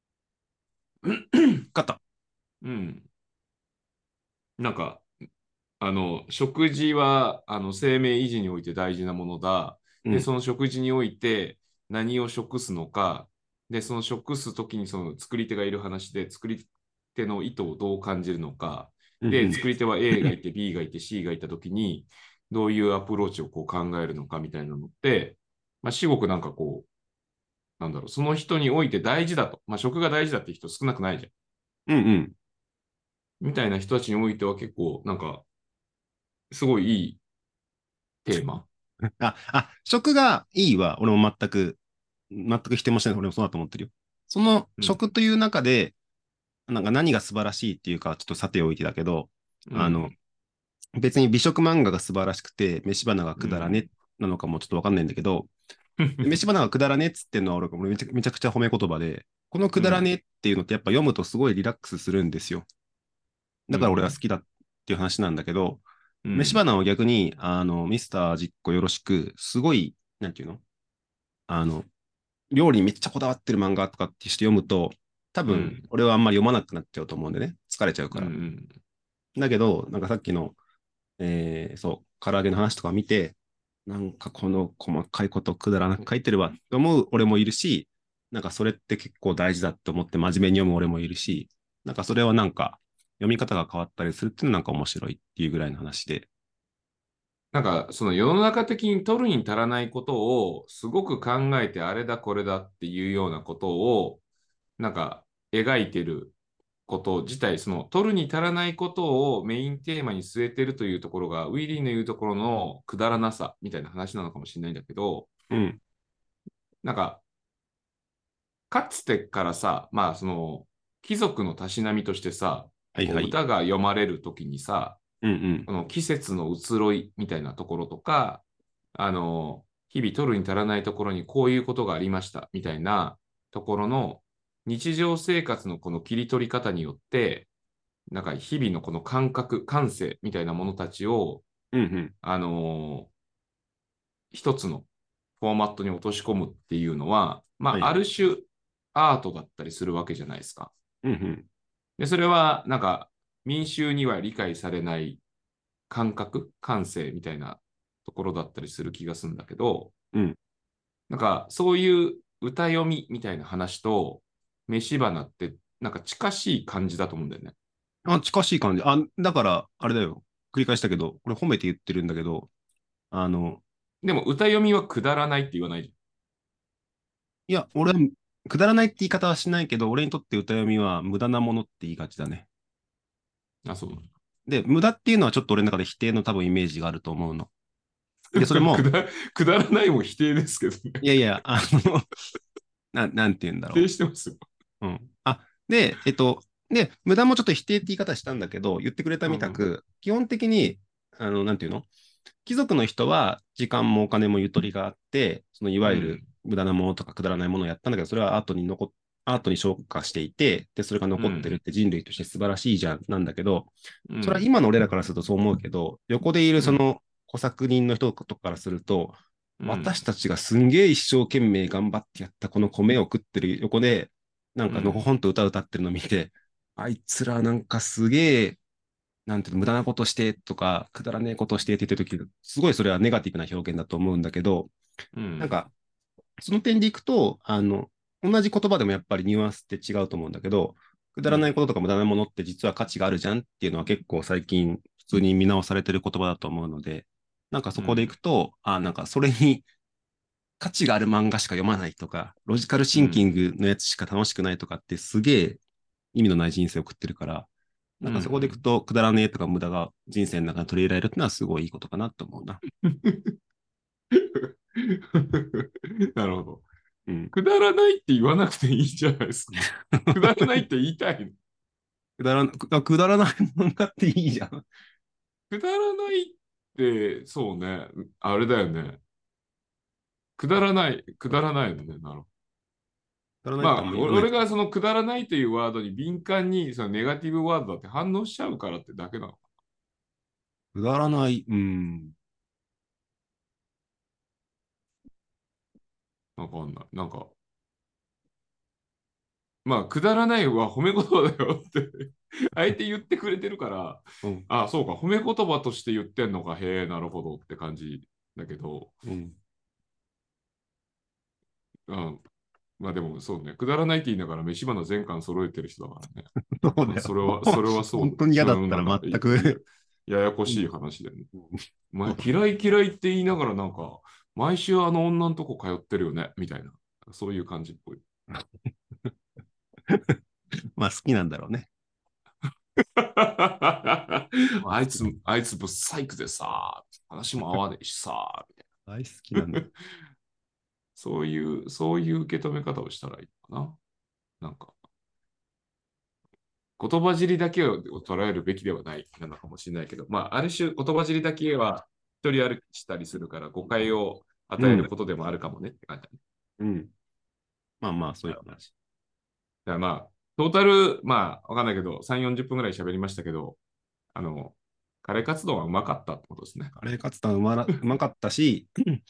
肩。 うん。なんか、食事は、生命維持において大事なものだ。で、 うん、 その食事において何を食すのか。で、その食すときにその作り手がいる話で、作り手の意図をどう感じるのか。 うん、うで、 ん。 作り手は A がいて、B がいて、C がいたときに、どういうアプローチをこう考えるのかみたいなのって、まあ、至極なんかこう、なんだろう、その人において大事だと。まあ、食が大事だって人少なくないじゃん。 うん、うん。 みたいな人たちにおいては結構、なんか、すごいいいテーマ。 食がいいは、俺も全く否定もしてない。俺もそうだと思ってるよ。そのうん。 食という中で、なんか何が素晴らしいっていうか、ちょっとさておいてだけど、あの、 うん。 別に美食漫画が素晴らしくて、飯花がくだらねうん。 なのかもちょっとわかんないんだけど、飯花がくだらねっつってんのは俺めちゃくちゃ褒め言葉で、このくうん。 だらねっていうのってやっぱ読むとすごいリラックスするんですよ。だから俺は好うん。 きだっていう話なんだけど、 うん。 飯花は逆に、ミスター実行よろしく、すごい、なんていうのあの、料理にめっちゃこだわってる漫画とかってして読むと、多分、 うん。 俺はあんまり読まなくなっちゃうと思うんでね。疲れちゃううから。 ん。 だけど、なんかさっきの、そう、唐揚げの話とか見て、なんかこの細かいことくだらなく書いてるわって思う俺もいるし、なんかそれって結構大事だって思って真面目に読む俺もいるし、なんかそれはなんか読み方が変わったりするっていうのはなんか面白いっていうぐらいの話で。 なんか、その世の中的に取るに足らないことをすごく考えてあれだこれだっていうようなことを、なんか描いてること自体、その取るに足らないことをメインテーマに据えてるというところが、ウィリーの言うところのくだらなさみたいな話なのかもしれないんだけど、 うん。 なんか、かつてからさ、まあ、その、貴族のたしなみとしてさ、こうはいはい。 歌が読まれるときにさ、 うんうん。 この季節の移ろいみたいなところとか、日々取るに足らないところにこういうことがありましたみたいなところの日常生活のこの切り取り方によって、なんか日々のこの感覚、感性みたいなものたちを、 うんうん。 あのー一つのフォーマットに落とし込むっていうのは、まあ、 はいはい。 ある種アートだったりするわけじゃないですか。 うんうん。 で、それはなんか民衆には理解されない感覚、感性みたいなところだったりする気がするんだけど、 うん。 なんかそういう歌読みみたいな話と飯花ってなんか近しい感じだと思うんだよね。 近しい感じ。だから、あれだよ。繰り返したけど、これ褒めて言ってるんだけど、あの、 でも歌読みはくだらないって言わないじいや、俺は、くだらないって言い方はしないけど、俺にとって歌読みは無駄なものって言いがちだね。 ゃん。あ、そう。 で、無駄っていうのはちょっと俺の中で否定の多分イメージがあると思うの。で、それも、 くだらないも否定ですけどね。 いやいや、なんて言うんだろ否定してますよ。 う。うん。で、無駄もちょっと否定って言い方したんだけど、言ってくれたうん。 みたく、基本的に、なんていうの貴族の人は時間もお金もゆとりがあって、そのいわゆるうん。 無駄なものとかくだらないものをやったんだけど、それはアートに昇華していて、で、それが残ってるっうん。 て人類として素晴らしいじゃん、なんだけど、それはうん。 今の俺らからするとそう思うけど、横でいるうん。 その小作人の人とかからすると、 うん。 私たちがすんげえ一生懸命頑張ってやったこの米を食ってる横で、なんかのほうん。 ほんと歌ってるのを見て、あいつらなんかすげえなんていうの、無駄なことしてとか、くだらねえことしてって言ってるとき、すごいそれはネガティブな表現だと思うんだけど、 うん。 なんか、その点でいくと、同じ言葉でもやっぱりニュアンスって違うと思うんだけど、くだらないこととか無駄なものって実は価値があるじゃんっていうのは結構最近普通に見直されてる言葉だと思うので、なんかそこでいくうん。 と、なんかそれに価値がある漫画しか読まないとか、ロジカルシンキンうん。 グのやつしか楽しくないとかってすげえ意味のない人生を送ってるから、 うなんかそこでいくん。 と、くだらねえとか無駄が人生の中に取り入れられるってのはすごいいいことかなと思うな。 なるほど。 うん。 くだらないって言わなくていいじゃないですか。くだらないって言いたいの。 くだらない漫画っていいじゃん。 くだらないって、そうね。あれだよね。くだらない、くだらないのね。なるほど。 くだらないってあんまあ、 ま言わないですか？ 俺がそのくだらないというワードに敏感にそのネガティブワードだって反応しちゃうからってだけなの。 くだらない、うん。 わかんない。なんか、まあ、くだらないは褒め言葉だよって相手言ってくれてるから、 うん。 ああ、そうか、褒め言葉として言ってんのか、へえ、なるほどって感じだけど、 うん。 うん、まあでもそうね、くだらないって言いながら飯花全巻揃えてる人だからね。まあ、 そうだよ。 それはそ本当にう。うん、 嫌だったらなんか、 全く、 ややこうん。 しい話だよね。 うん。 まあ、嫌い嫌いって言いながらなんか、毎週あの女のとこ通ってるよね、みたいな。そういう感じっぽい。 まあ好きなんだろうね。まあ好き。 あいつブサイクでさ、話も合わねえしさ、みたい大好きなんだ。 な。そういう受け止め方をしたらいいのかな。なんか、言葉尻だけを捉えるべきではないなのかもしれないけど、まあ、ある種言葉尻だけは一人歩きしたりするから誤解を与えるうん。 ことでもあるかもねって感じだね。 うん。まあまあ、そうなるほど。だかいう話。 らまあ、トータル、まあ、わかんないけど、3、40分ぐらい喋りましたけど、あの、カレー活動はうまかったってことですね。 カレーカツタンうまかったし、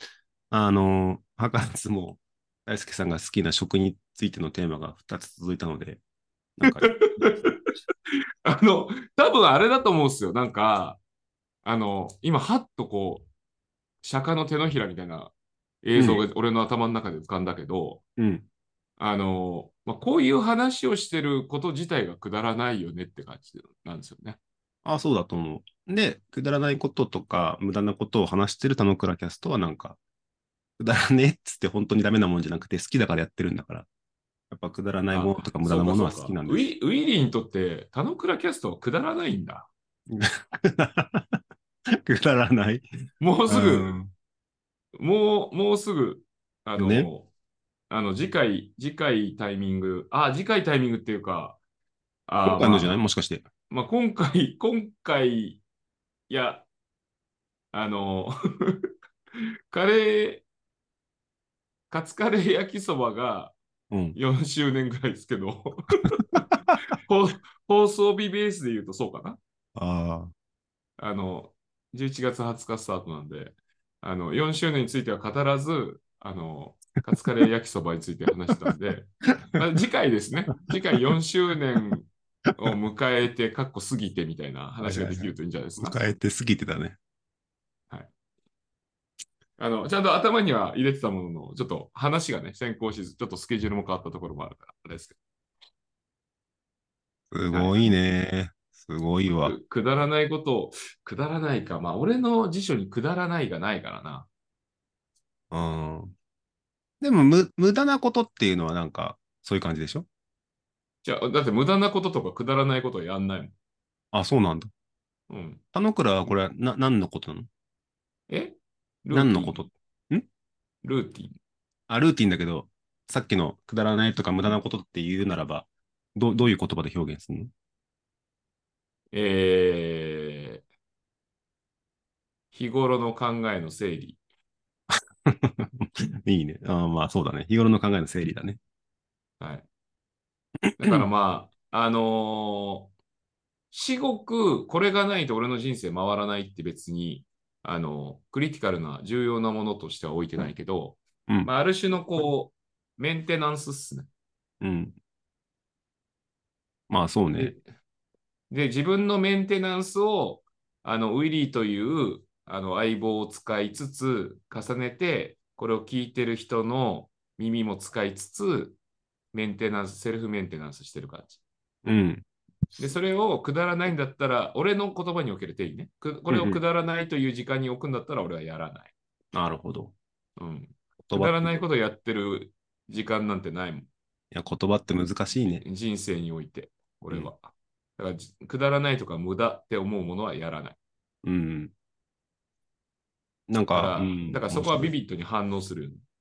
博士も大輔さんが好きな食についてのテーマが2つ続いたので、なんかいいですね。 多分あれだと思うんですよ。なんか、今、はっとこう、釈迦の手のひらみたいな映像うん。 が俺の頭の中で浮かんだけど、 うん。 まあ、こういう話をしてること自体がくだらないよねって感じなんですよね。 あ、そうだと思う。で、くだらないこととか、無駄なことを話してる田之倉キャストはなんか、くだらねえっつって本当にダメなもんじゃなくて好きだからやってるんだから、やっぱくだらないものとあ、 か無駄そうなものは好きかそうか。 なんです。 ウィリーにとって田之倉キャストはくだらないんだ。 くだらない。 もううすぐ、 ん。 もうすぐ、あね。 の、次回タイミング、次回タイミングっていうか、 今回のじゃないまあ、 もしかして。 まあ、今回、いや、あの、カレー、カツカレー焼きそばがうん。 4周年ぐらいですけど、放放送日ベースで言うとそうかな。 ああ。 あの、11月20日スタートなんで、4周年については語らず、カツカレー焼きそばについて話したんで、まあ、次回ですね。次回4周年を迎えて、かっこ過ぎてみたいな話がはいはいはい。 できるといいんじゃないですか。 迎えて過ぎてたね。 はい。ちゃんと頭には入れてたものの、ちょっと話がね、先行しず、ちょっとスケジュールも変わったところもあるから、あれですけど。はい。 すごいね。すごいわ。 くだらないことを、くだらないか。まあ、俺の辞書にくだらないがないからな。 うん。でも、無駄なことっていうのはなんか、そういう感じでしょ？ じゃあ、だって無駄なこととかくだらないことはやんないあ、そうなんだ。 もん。うん。 田之倉はこれは何のことなの？ えルーティン。 何のことんルーティン。 あ、ルーティンだけど、さっきのくだらないとか無駄なことって言うならば、どういう言葉で表現するの？ 日頃の考えの整理。 いいね。あーまあそうだね。日頃の考えの整理だね。 はい。だからまあ、至極これがないと俺の人生回らないって別に、クリティカルな重要なものとしては置いてないけど、 うん。 まあ、ある種のこう、メンテナンスっすね。 うん。まあそうね。 で、自分のメンテナンスを、ウィリーという、相棒を使いつつ、重ねて、これを聞いてる人の耳も使いつつ、セルフメンテナンスしてる感じ。 うん。 で、それをくだらないんだったら、俺の言葉における定義ね。これをくうんうん。 だらないという時間に置くんだったら俺はやらない。 なるほど。 うん。くだら言葉って、いないことやってる時間なんてないもん。 や、言葉って難しいね。 人生において、 うん。 俺は。だから、くだらないとか無駄って思うものはやらない。 うん。なんか、うだん、 からそこはビ面白い。 ビットに反応するよね。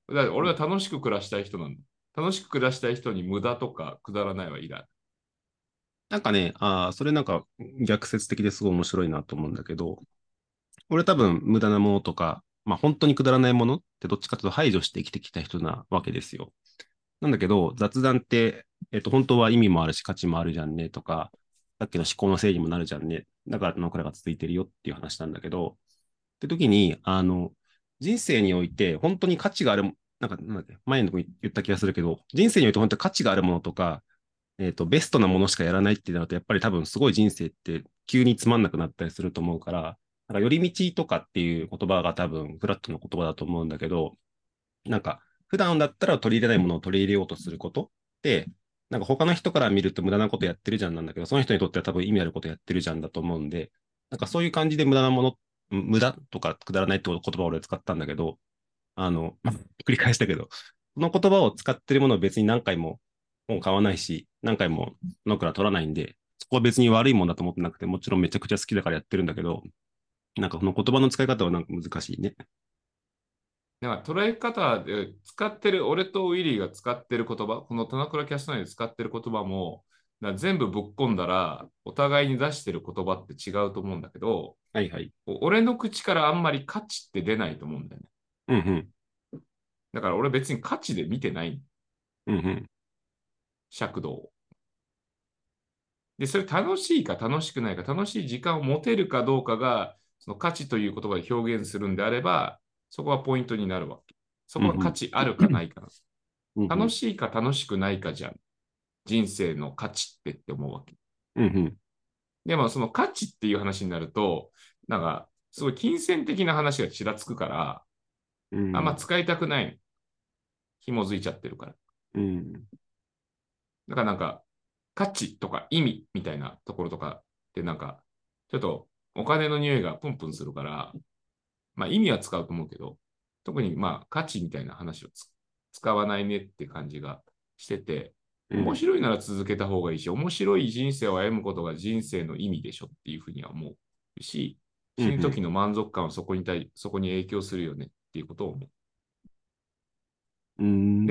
だから俺は楽しく暮らしたい人なんだ。楽しく暮らしたい人に無駄とかくだらないはいらない。 なんかね、それなんか逆説的ですごい面白いなと思うんだけど、俺多分無駄なものとか、まあ本当にくだらないものってどっちかというと排除して生きてきた人なわけですよ。なんだけど、雑談って、本当は意味もあるし価値もあるじゃんねとか、さっきの思考の整理もなるじゃんね。だからこれが続いてるよっていう話なんだけど、って時に、人生において本当に価値があるなんだっけ、前のとこ言った気がするけど、人生において本当に価値があるものとか、ベストなものしかやらないってなると、やっぱり多分すごい人生って急につまんなくなったりすると思うから、なんか寄り道とかっていう言葉が多分フラットの言葉だと思うんだけど、なんか普段だったら取り入れないものを取り入れようとすることって、なんか他の人から見ると無駄なことやってるじゃんなんだけど、その人にとっては多分意味あることやってるじゃんだと思うんで、なんかそういう感じで無駄なもの、無駄とかくだらないって言葉を俺使ったんだけど、繰り返したけど、その言葉を使ってるものを別に何回ももう買わないし、何回もノクラ取らないんで、そこは別に悪いもんだと思ってなくて、もちろんめちゃくちゃ好きだからやってるんだけど、なんかこの言葉の使い方はなんか難しいね。 だから捉え方で使ってる、俺とウィリーが使ってる言葉、この田中キャスト内で使ってる言葉も、全部ぶっ込んだら、お互いに出してる言葉って違うと思うんだけど、 はいはい。 俺の口からあんまり価値って出ないと思うんだよね。 うんうん。 だから俺別に価値で見てない、 うんうん。 尺度を。で、それ楽しいか楽しくないか、楽しい時間を持てるかどうかが、その価値という言葉で表現するんであれば、そこはポイントになるわけ。そこは価うんうん。 値あるかないかな。 うんうん。 楽しいか楽しくないかじゃん。人生の価値って思うわけ。 うんうん。 でもその価値っていう話になると、なんか、すごい金銭的な話がちらつくから、あんまうん。 使いたくない。紐づいちゃってるから。 うん。 だからなんか、価値とか意味みたいなところとかってなんか、ちょっとお金の匂いがプンプンするから、まあ意味は使うと思うけど、特にまあ価値みたいな話を使わないねって感じがしてて、面うん。 白いなら続けた方がいいし、面白い人生を歩むことが人生の意味でしょっていうふうには思うし、死ぬうん。 時の満足感はそこに影響するよねっていうことを思う。 うん。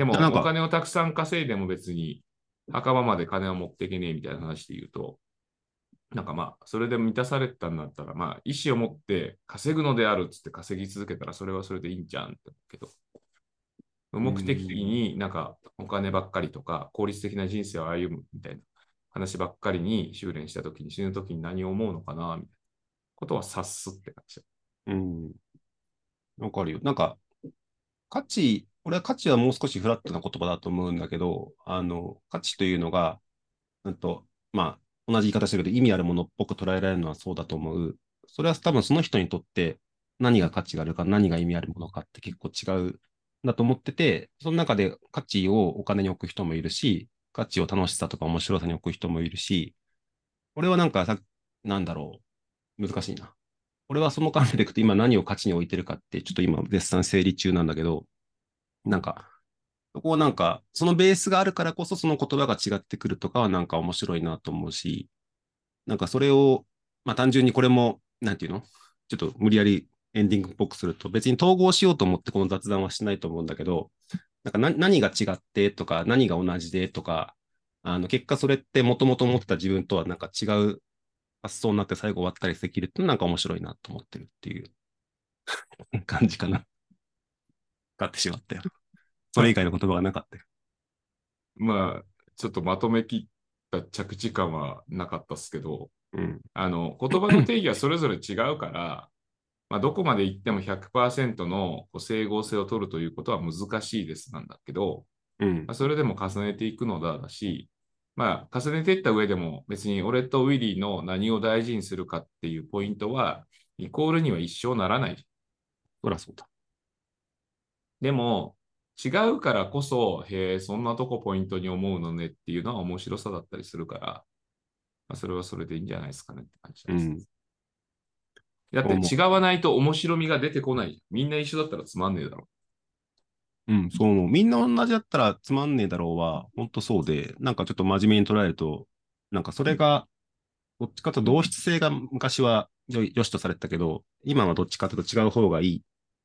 でも、おなんか、 金をたくさん稼いでも別に墓場まで金を持っていけねえみたいな話で言うと、なんかまあ、それで満たされたんだったら、まあ、意思を持って稼ぐのであるっつって稼ぎ続けたら、それはそれでいいんじゃんって思うけど、 う目的的ん。 になんかお金ばっかりとか、効率的な人生を歩むみたいな話ばっかりに修練したときに死ぬときに何を思うのかな、みたいなことは察すって感じだ。 うん。わかるよ。なんか、俺は価値はもう少しフラットな言葉だと思うんだけど、価値というのが、ま同じ言い方してるけど、意味あるものっぽく捉えられるのはそうだと思う。それは多分その人にとって何が価値があるか、何が意味あるものかって結構違うだと思ってて、その中で価値をお金に置く人もいるし、価値を楽しさとか面白さに置く人もいるし、俺はなんかなんだろ難しいな。俺はその観点でいくと今何を価値に置いてるかってちょっと今絶賛整理中なんだけど、なんかそこはなんか、そのベースがあるからこそその言葉が違ってくるとかはなんか面白いなと思うし、なんかそれを、まあ単純にこれも、なんていうのちょっと無理やりエンディングっぽくすると、別に統合しようと思ってこの雑談はしないと思うんだけど、なんか何が違ってとか、何が同じでとか、結果それってもともと思ってた自分とはなんか違う発想になって最後終わったりできるってなんか面白いなと思ってるっていう感じかな。買ってしまったよ。それ以外の言葉がなかったよ。 まあ、ちょっとまとめきった着地感はなかったですけど、 うん。 言葉の定義はそれぞれ違うから、まあ、どこまで行っても100%の整合性を取るということは難しいですなんだけど、 うん。 まあ、それでも重ねていくのだし、まあ、重ねていった上でも別に俺とウィリーの何を大事にするかっていうポイントは、イコールには一生ならない。 そりゃそうだ。 でも、違うからこそ、へえ、そんなとこポイントに思うのねっていうのは面白さだったりするから、まあ、それはそれでいいんじゃないですかねって感じです。 うん。 だって違そう思わないと面白みが出てこない。みんな一緒だったらつまんねえだろ。 う。うん、そう思う。みんな同じだったらつまんねえだろうは、本当そうで、なんかちょっと真面目に捉えると、なんかそれが、どっちかというと同質性が昔は良しとされてたけど、今はどっちかというと違う方がいい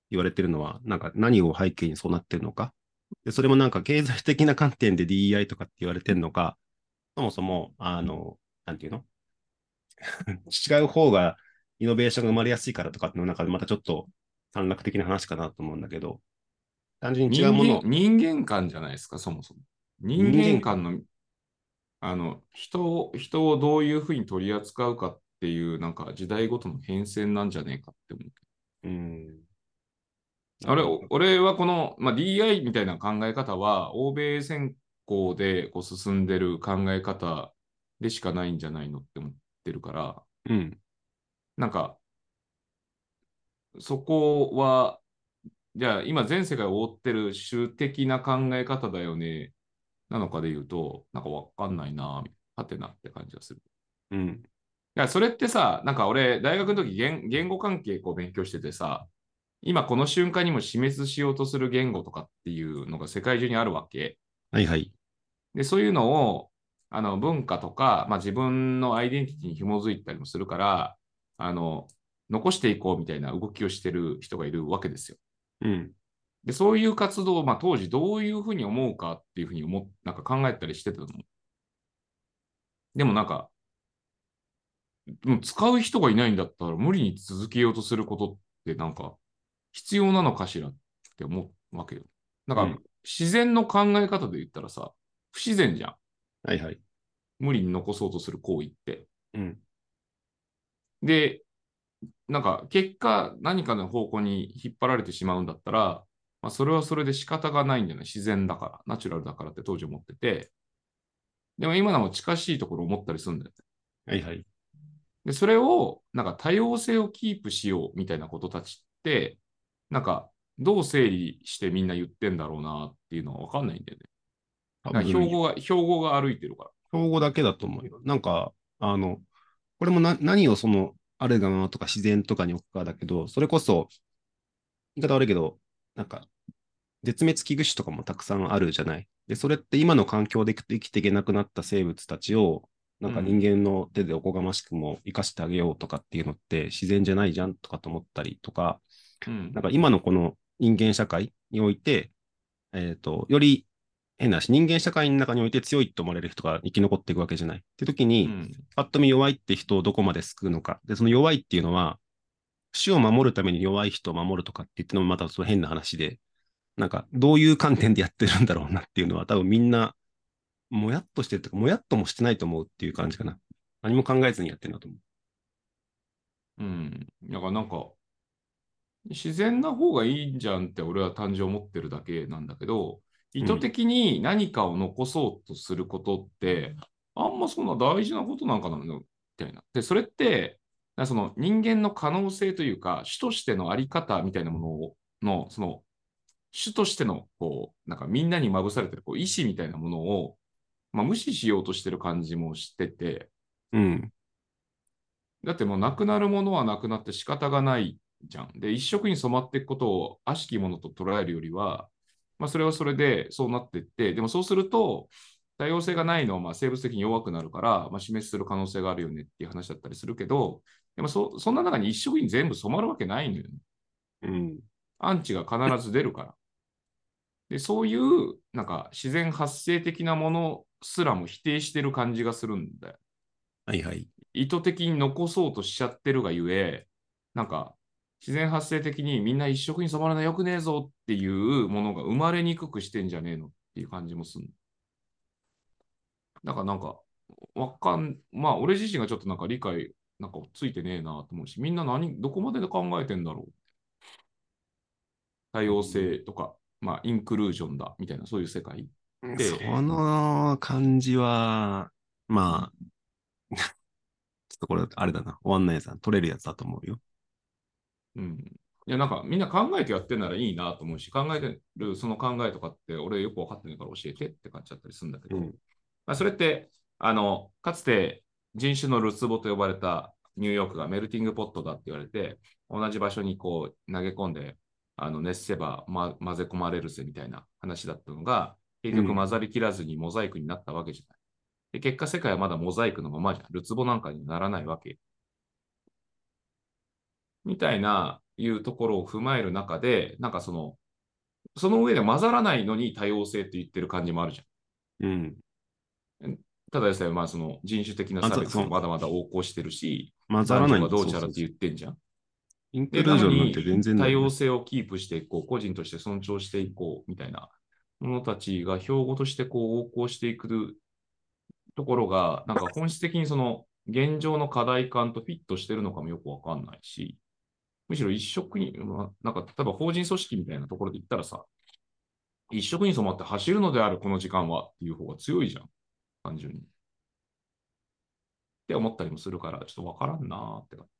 言われてるのは、なんか何を背景にそうなってるのか。で、それもなんか経済的な観点で DEI とかって言われてるのか、そもそも、なんていうの違う方がイノベーションが生まれやすいからとかっての中でまたちょっと短絡的な話かなと思うんだけど、単純に違うものを人間観じゃないですか、そもそも。人人間観。 間観の、人をどういうふうに取り扱うかっていう、なんか時代ごとの変遷なんじゃねえかって思う。 うん。なんか、 俺はこの、まあ、DI みたいな考え方は、欧米先行でこう進んでる考え方でしかないんじゃないのって思ってるから、 うん。 なんか、そこは、じゃあ今全世界を覆ってる主的な考え方だよね、なのかで言うと、なんかわかんないな、はてなって感じがする。 うん。 いや、それってさ、なんか俺、大学の時言語関係こう勉強しててさ、今この瞬間にも示しようとする言語とかっていうのが世界中にあるわけ。 はいはい。 で、そういうのを、文化とか、まあ、自分のアイデンティティに紐づいたりもするから、あの、残していこうみたいな動きをしてる人がいるわけですよ。 うん。 で、そういう活動を、まあ、当時どういうふうに思うかっていうふうになんか考えたりしてたの。でもなんか、もう使う人がいないんだったら無理に続けようとすることってなんか必要なのかしらって思うわけよ。なんかうん。 自然の考え方で言ったらさ、不自然じゃん。 はいはい。 無理に残そうとする行為って。 うん。 で、なんか結果何かの方向に引っ張られてしまうんだったら、まあ、それはそれで仕方がないんじゃない自然だから、ナチュラルだからって当時思ってて、でも今のも近しいところを思ったりするんだよ。 はいはい。 で、それを、なんか多様性をキープしようみたいなことたちって、なんかどう整理してみんな言ってんだろうなっていうのはわかんないんだよね。なんか多分、 標語が歩いてるから。 標語だけだと思うよ。なんか、これも何をその、あるがままとか自然とかに置くかだけど、それこそ、言い方悪いけど、なんか、絶滅危惧種とかもたくさんあるじゃない。で、それって今の環境で生きていけなくなった生物たちを、なんか人うん。 間の手でおこがましくも生かしてあげようとかっていうのって自然じゃないじゃんとかと思ったりとか、 うん。 なんか今のこの人間社会において、より変な話、人間社会の中において強いと思われる人が生き残っていくわけじゃない。って時に、 うん。 ぱっと見弱いって人をどこまで救うのか。で、その弱いっていうのは、死を守るために弱い人を守るとかって言ってのもまたその変な話で、なんか、どういう観点でやってるんだろうなっていうのは、多分みんな、もやっとしてるとか、もやっともしてないと思うっていう感じかな。何も考えずにやってるんだと思うん。だからなんか、自然な方がいいんじゃんって俺は単純に思ってるだけなんだけど、意う。うん。 図的に何かを残そうとすることって、あんまそんな大事なことなんかなのみたいな。で、それって、その人間の可能性というか、主としてのあり方みたいなものの、その主としての、こう、なんかみんなにまぶされてるこう意志みたいなものを、まあ、無視しようとしてる感じもしてて、 うん。 だってもうなくなるものはなくなって仕方がないじゃん。で、一色に染まっていくことを悪しきものと捉えるよりは、まあ、それはそれでそうなっていって、でもそうすると、多様性がないのはまあ生物的に弱くなるから、まあ、死滅する可能性があるよねっていう話だったりするけど、でもそんな中に一色に全部染まるわけないのよね。 うん。 アンチが必ず出るから。で、そういうなんか自然発生的なものすらも否定してる感じがするんだよ。 はいはい。 意図的に残そうとしちゃってるがゆえ、なんか、自然発生的にみんな一色に染まらないよくねえぞっていうものが生まれにくくしてんじゃねえのっていう感じもする。だからなんか、まあ俺自身がちょっとなんか理解なんかついてねえなと思うし、みんなどこまで考えてんだろう。多様性とか、まあインクルージョンだみたいなそういう世界っそて、 の感じは、まあ、ちょっとこれ、あれだな。終わんないやつだ。取れるやつだと思うよ。 うん。いや、なんかみんな考えてやってんならいいなと思うし、考えてるその考えとかって俺よく分かってないから教えてって感じだったりするんだけど、 うん。 まあ、それって、かつて人種のるつぼと呼ばれたニューヨークがメルティングポットだって言われて、同じ場所にこう投げ込んで、熱せば、混ぜ込まれるぜみたいな話だったのが、結うん。 局混ざりきらずにモザイクになったわけじゃない。で、結果世界はまだモザイクのままじゃん。るつぼなんかにならないわけ。 みたいないうところを踏まえる中で、なんかその上で混ざらないのに多様性って言ってる感じもあるじうん。 ゃん。ただでさえ、まあその人種的な差別そう、 もまだまだ横行してるし、 混ざらない、 男女がどうそうそうそう。 ちゃらって言ってんじゃん。 インクで、 ルージョンなんなのにて全然だ多よね。 様性をキープしていこう、個人として尊重していこうみたいなものたちが標語としてこう横行していくところが、なんか本質的にその現状の課題感とフィットしてるのかもよくわかんないし、むしろ一色に、なんか例えば法人組織みたいなところで言ったらさ、一色に染まって走るのであるこの時間はっていう方が強いじゃん、単純に。って思ったりもするから、ちょっとわからんなーってか。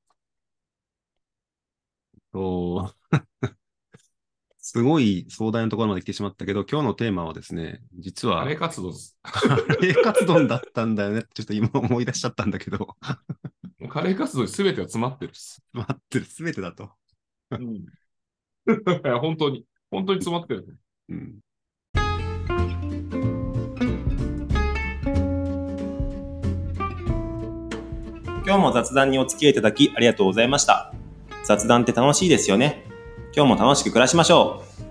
そう、すごい壮大なところまで来てしまったけど、今日のテーマはですね、実カレーは、 活動です。 カレーカツ丼だったんだよね。ちょっと今思い出しちゃったんだけど、 カレー活動に全てが詰まってるっす。 待ってる、すべてだと。 うん。いや本当に、本当に詰まってる。 うん。 今日も雑談にお付き合いいただきありがとうございました。雑談って楽しいですよね。今日も楽しく暮らしましょう。